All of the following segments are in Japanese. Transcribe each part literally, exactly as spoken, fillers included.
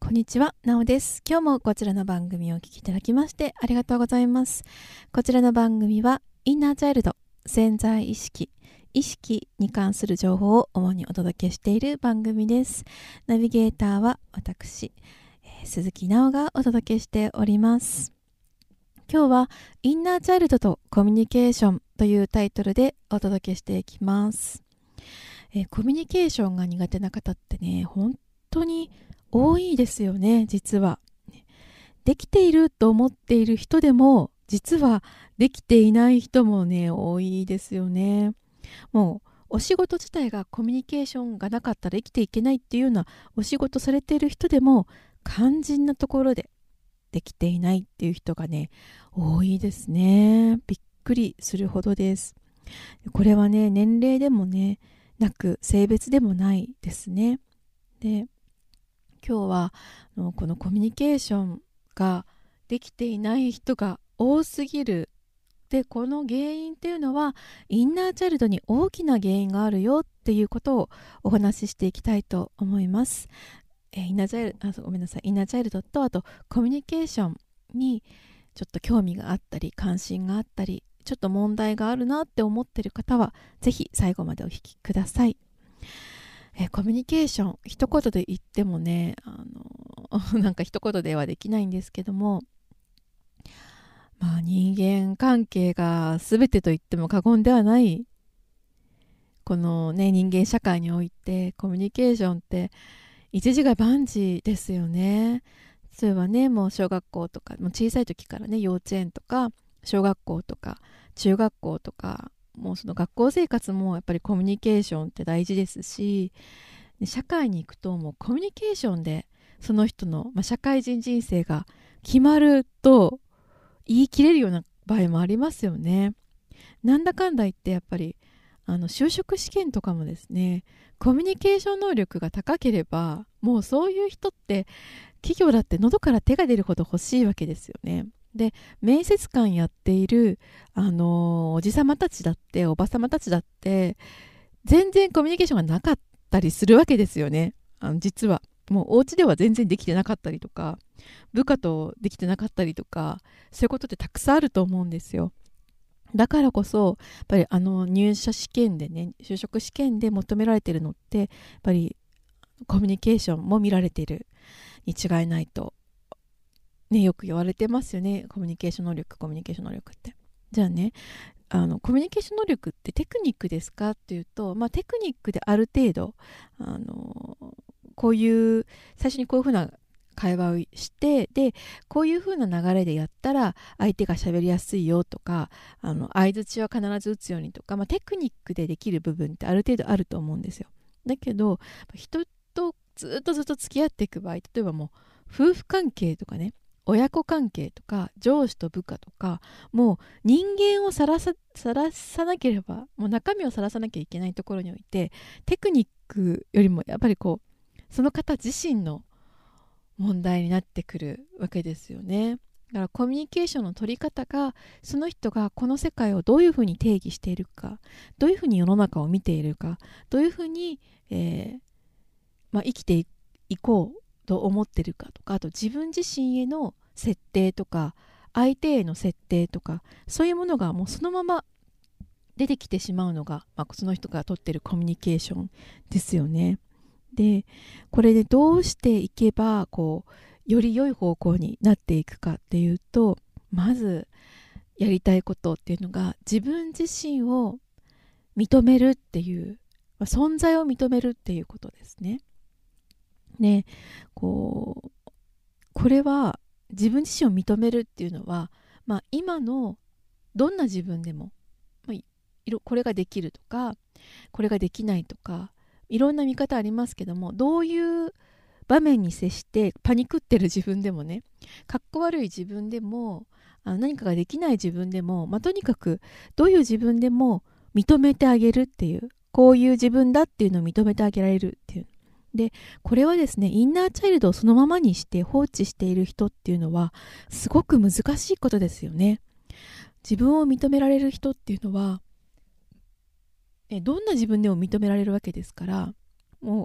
こんにちは、なおです。今日もこちらの番組をお聞きいただきましてありがとうございます。こちらの番組はインナーチャイルド、潜在意識、意識に関する情報を主にお届けしている番組です。ナビゲーターは私、えー、鈴木なおがお届けしております。今日はインナーチャイルドとコミュニケーションというタイトルでお届けしていきます。えー、コミュニケーションが苦手な方ってね、本当に多いですよね。実はできていると思っている人でも実はできていない人もね多いですよね。もうお仕事自体がコミュニケーションがなかったら生きていけないっていうようなお仕事されている人でも肝心なところでできていないっていう人がね多いですね。びっくりするほどです。これはね年齢でもねなく性別でもないですね。で今日はこのコミュニケーションができていない人が多すぎる。でこの原因っていうのはインナーチャイルドに大きな原因があるよっていうことをお話ししていきたいと思います。えインナーチャイルドあごめんなさいインナーチャイルドとあとコミュニケーションにちょっと興味があったり関心があったりちょっと問題があるなって思ってる方はぜひ最後までお聞きください。えコミュニケーション一言で言ってもねあのなんか一言ではできないんですけども、まあ、人間関係が全てと言っても過言ではないこのね人間社会においてコミュニケーションって一時が万事ですよね。それはねもう小学校とかもう小さい時からね幼稚園とか小学校とか中学校とかもうその学校生活もやっぱりコミュニケーションって大事ですし、社会に行くともうコミュニケーションでその人の、まあ、社会人人生が決まると言い切れるような場合もありますよね。なんだかんだ言ってやっぱりあの就職試験とかもですねコミュニケーション能力が高ければもうそういう人って企業だって喉から手が出るほど欲しいわけですよね。で面接官やっている、あのー、おじさまたちだっておばさまたちだって全然コミュニケーションがなかったりするわけですよね。あの実はもうお家では全然できてなかったりとか部下とできてなかったりとかそういうことってたくさんあると思うんですよ。だからこそやっぱりあの入社試験でね就職試験で求められているのってやっぱりコミュニケーションも見られているに違いないと、ね、よく言われてますよね。コミュニケーション能力コミュニケーション能力って。じゃあねあのコミュニケーション能力ってテクニックですかっていうと、まあ、テクニックである程度あのこういう最初にこういうふうな会話をしてでこういう風な流れでやったら相手が喋りやすいよとかあの相槌は必ず打つようにとか、まあ、テクニックでできる部分ってある程度あると思うんですよ。だけど人とずっとずっと付き合っていく場合例えばもう夫婦関係とかね親子関係とか上司と部下とかもう人間をさらさ、さらさなければもう中身をさらさなきゃいけないところにおいてテクニックよりもやっぱりこうその方自身の問題になってくるわけですよね。だからコミュニケーションの取り方がその人がこの世界をどういうふうに定義しているかどういうふうに世の中を見ているかどういうふうに、えーまあ、生きていこうと思ってるかとかあと自分自身への設定とか相手への設定とかそういうものがもうそのまま出てきてしまうのが、まあ、その人が取っているコミュニケーションですよね。でこれでどうしていけばこうより良い方向になっていくかっていうとまずやりたいことっていうのが自分自身を認めるっていう、まあ、存在を認めるっていうことですね。ねこうこれは自分自身を認めるっていうのは、まあ、今のどんな自分でも、まあ、いろこれができるとかこれができないとかいろんな見方ありますけどもどういう場面に接してパニクってる自分でもねかっこ悪い自分でもあの何かができない自分でも、まあ、とにかくどういう自分でも認めてあげるっていうこういう自分だっていうのを認めてあげられるっていうでこれはですねインナーチャイルドをそのままにして放置している人っていうのはすごく難しいことですよね。自分を認められる人っていうのはえどんな自分でも認められるわけですからもう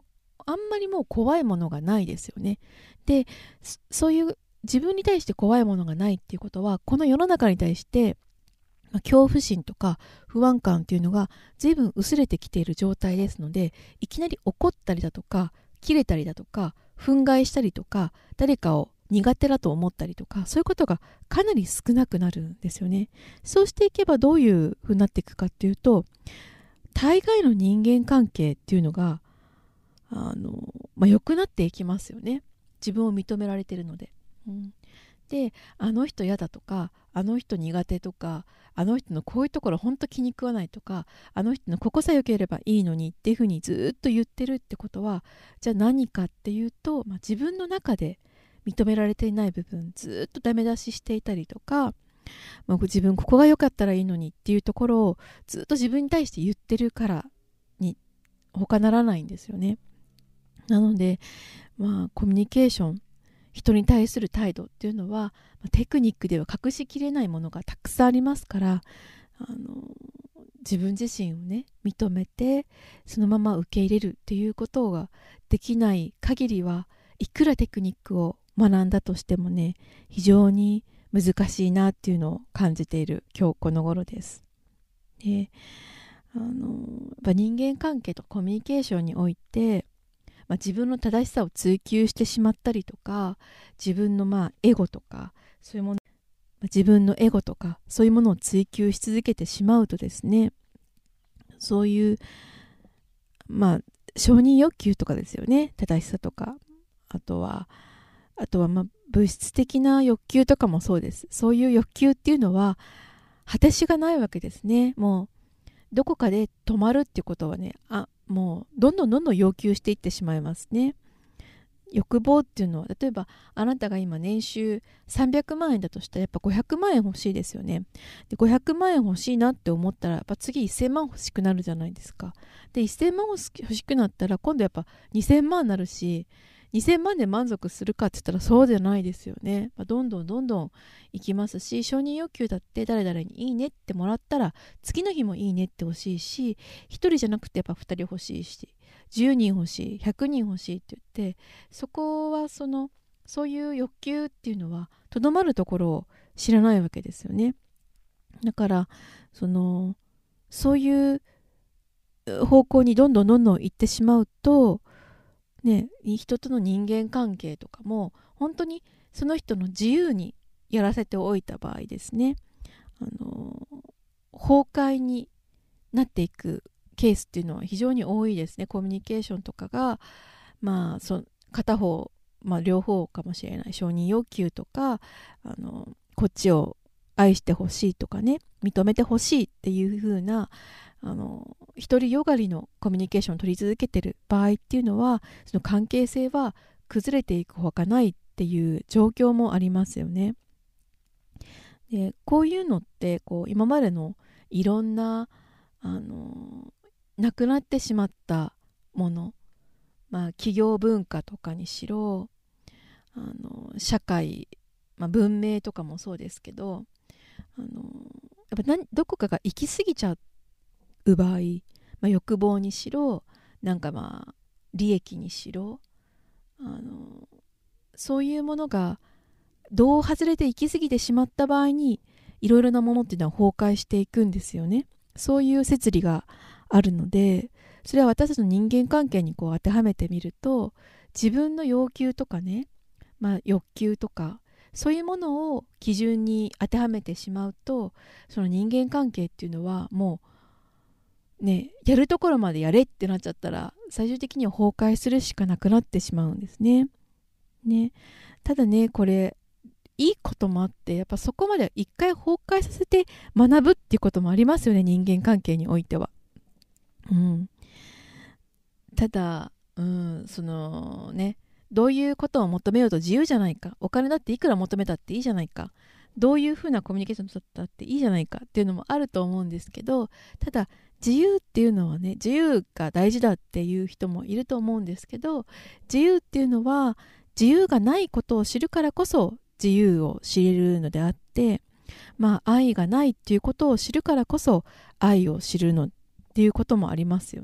あんまりもう怖いものがないですよね。で、そういう自分に対して怖いものがないっていうことは、この世の中に対してまあ、恐怖心とか不安感っていうのが随分薄れてきている状態ですので、いきなり怒ったりだとか切れたりだとか憤慨したりとか誰かを苦手だと思ったりとか、そういうことがかなり少なくなるんですよね。そうしていけばどういうふうになっていくかっていうと、大概の人間関係っていうのがあの、まあ、良くなっていきますよね。自分を認められているので、うん、で、あの人嫌だとか、あの人苦手とか、あの人のこういうところ本当気に食わないとか、あの人のここさえ良ければいいのにっていうふうにずっと言ってるってことは、じゃあ何かっていうと、まあ、自分の中で認められていない部分ずっとダメ出ししていたりとか、まあ、自分ここが良かったらいいのにっていうところをずっと自分に対して言ってるからに他ならないんですよね。なので、まあ、コミュニケーション、人に対する態度っていうのはテクニックでは隠しきれないものがたくさんありますから、あの自分自身をね認めてそのまま受け入れるっていうことができない限りは、いくらテクニックを学んだとしてもね、非常に難しいなっていうのを感じている今日この頃です。で、あのやっぱ人間関係とコミュニケーションにおいて、まあ、自分の正しさを追求してしまったりとか、自分のまあエゴとかそういうもの、まあ、自分のエゴとかそういうものを追求し続けてしまうとですね、そういうまあ承認欲求とかですよね、正しさとか、あとはあとはまあ物質的な欲求とかもそうです。そういう欲求っていうのは果てしがないわけですね。もうどこかで止まるっていうことはね、あもうどんどんどんどん要求していってしまいますね。欲望っていうのは、例えばあなたが今年収さんびゃくまんえんだとしたらやっぱごひゃくまんえん欲しいですよね。でごひゃくまんえん欲しいなって思ったらやっぱ次せんまん欲しくなるじゃないですか。でせんまん欲しくなったら今度やっぱにせんまんになるし、にせんまんで満足するかって言ったらそうじゃないですよね。まあ、どんどんどんどんいきますし、承認欲求だって誰々にいいねってもらったら次の日もいいねって欲しいし、ひとりじゃなくてやっぱふたり欲しいし、じゅうにん欲しい、ひゃくにん欲しいって言って、そこはそのそういう欲求っていうのはとどまるところを知らないわけですよね。だからそのそういう方向にどんどんどんどん行ってしまうとね、人との人間関係とかも本当にその人の自由にやらせておいた場合ですね、あの崩壊になっていくケースっていうのは非常に多いですね。コミュニケーションとかが、まあ、そ片方、まあ、両方かもしれない、承認欲求とか、あのこっちを愛してほしいとかね、認めてほしいっていう風なあの独りよがりのコミュニケーションを取り続けている場合っていうのは、その関係性は崩れていくほかないっていう状況もありますよね。でこういうのってこう今までのいろんなあのなくなってしまったもの、まあ、企業文化とかにしろ、あの社会、まあ、文明とかもそうですけど、あのやっぱ何どこかが行き過ぎちゃう場合、まあ、欲望にしろなんかまあ利益にしろ、あのそういうものがどう外れて行き過ぎてしまった場合にいろいろなものっていうのは崩壊していくんですよね。そういう摂理があるので、それは私たちの人間関係にこう当てはめてみると、自分の要求とかね、まあ、欲求とかそういうものを基準に当てはめてしまうと、その人間関係っていうのはもうね、やるところまでやれってなっちゃったら最終的には崩壊するしかなくなってしまうんですね。ね、ただね、これいいこともあって、やっぱそこまで一回崩壊させて学ぶっていうこともありますよね、人間関係においては。うん、ただ、うん、そのね、どういうことを求めようと自由じゃないか、お金だっていくら求めたっていいじゃないか、どういうふうなコミュニケーションだったっていいじゃないかっていうのもあると思うんですけど、ただ自由っていうのはね、自由が大事だっていう人もいると思うんですけど、自由っていうのは自由がないことを知るからこそ自由を知れるのであって、まあ愛がないっていうことを知るからこそ愛を知るのっていうこともありますよね。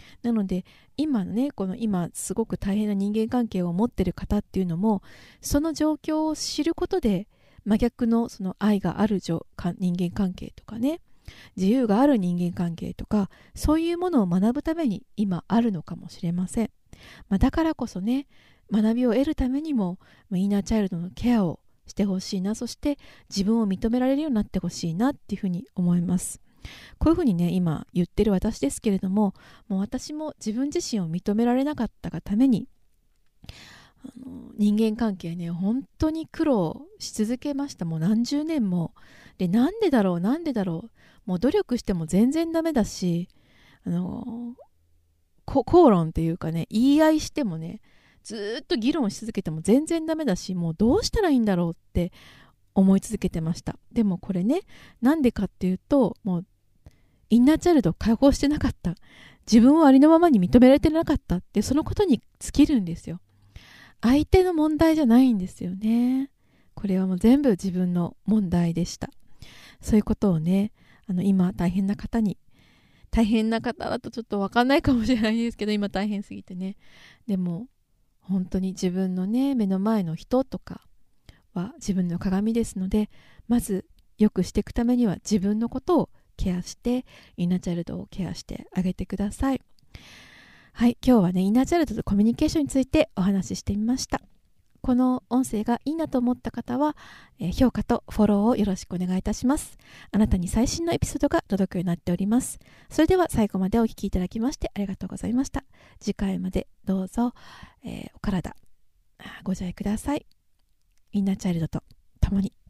なので今のね、この今すごく大変な人間関係を持ってる方っていうのも、その状況を知ることで真逆のその愛がある人間関係とかね、自由がある人間関係とか、そういうものを学ぶために今あるのかもしれません。まあ、だからこそね、学びを得るためにもインナーチャイルドのケアをしてほしいな、そして自分を認められるようになってほしいなっていうふうに思います。こういうふうにね今言ってる私ですけれども、もう私も自分自身を認められなかったがために、あの人間関係ね本当に苦労し続けました。もう何十年もで、なんでだろうなんでだろう、もう努力しても全然ダメだし、あの口論っていうかね、言い合いしてもね、ずっと議論し続けても全然ダメだし、もうどうしたらいいんだろうって思い続けてました。でもこれね、なんでかっていうと、もうインナーチャイルドを解放してなかった、自分をありのままに認められてなかったって、そのことに尽きるんですよ。相手の問題じゃないんですよね。これはもう全部自分の問題でした。そういうことをね、あの今大変な方に、大変な方だとちょっと分かんないかもしれないですけど、今大変すぎてね、でも本当に自分のね目の前の人とかは自分の鏡ですので、まず良くしていくためには自分のことをケアして、インナーチャイルドをケアしてあげてください。はい、今日はねインナーチャイルドとコミュニケーションについてお話ししてみました。この音声がいいなと思った方は、えー、評価とフォローをよろしくお願いいたします。あなたに最新のエピソードが届くようになっております。それでは最後までお聞きいただきましてありがとうございました。次回までどうぞ、えー、お体ご自愛ください。インナーチャイルドと共に。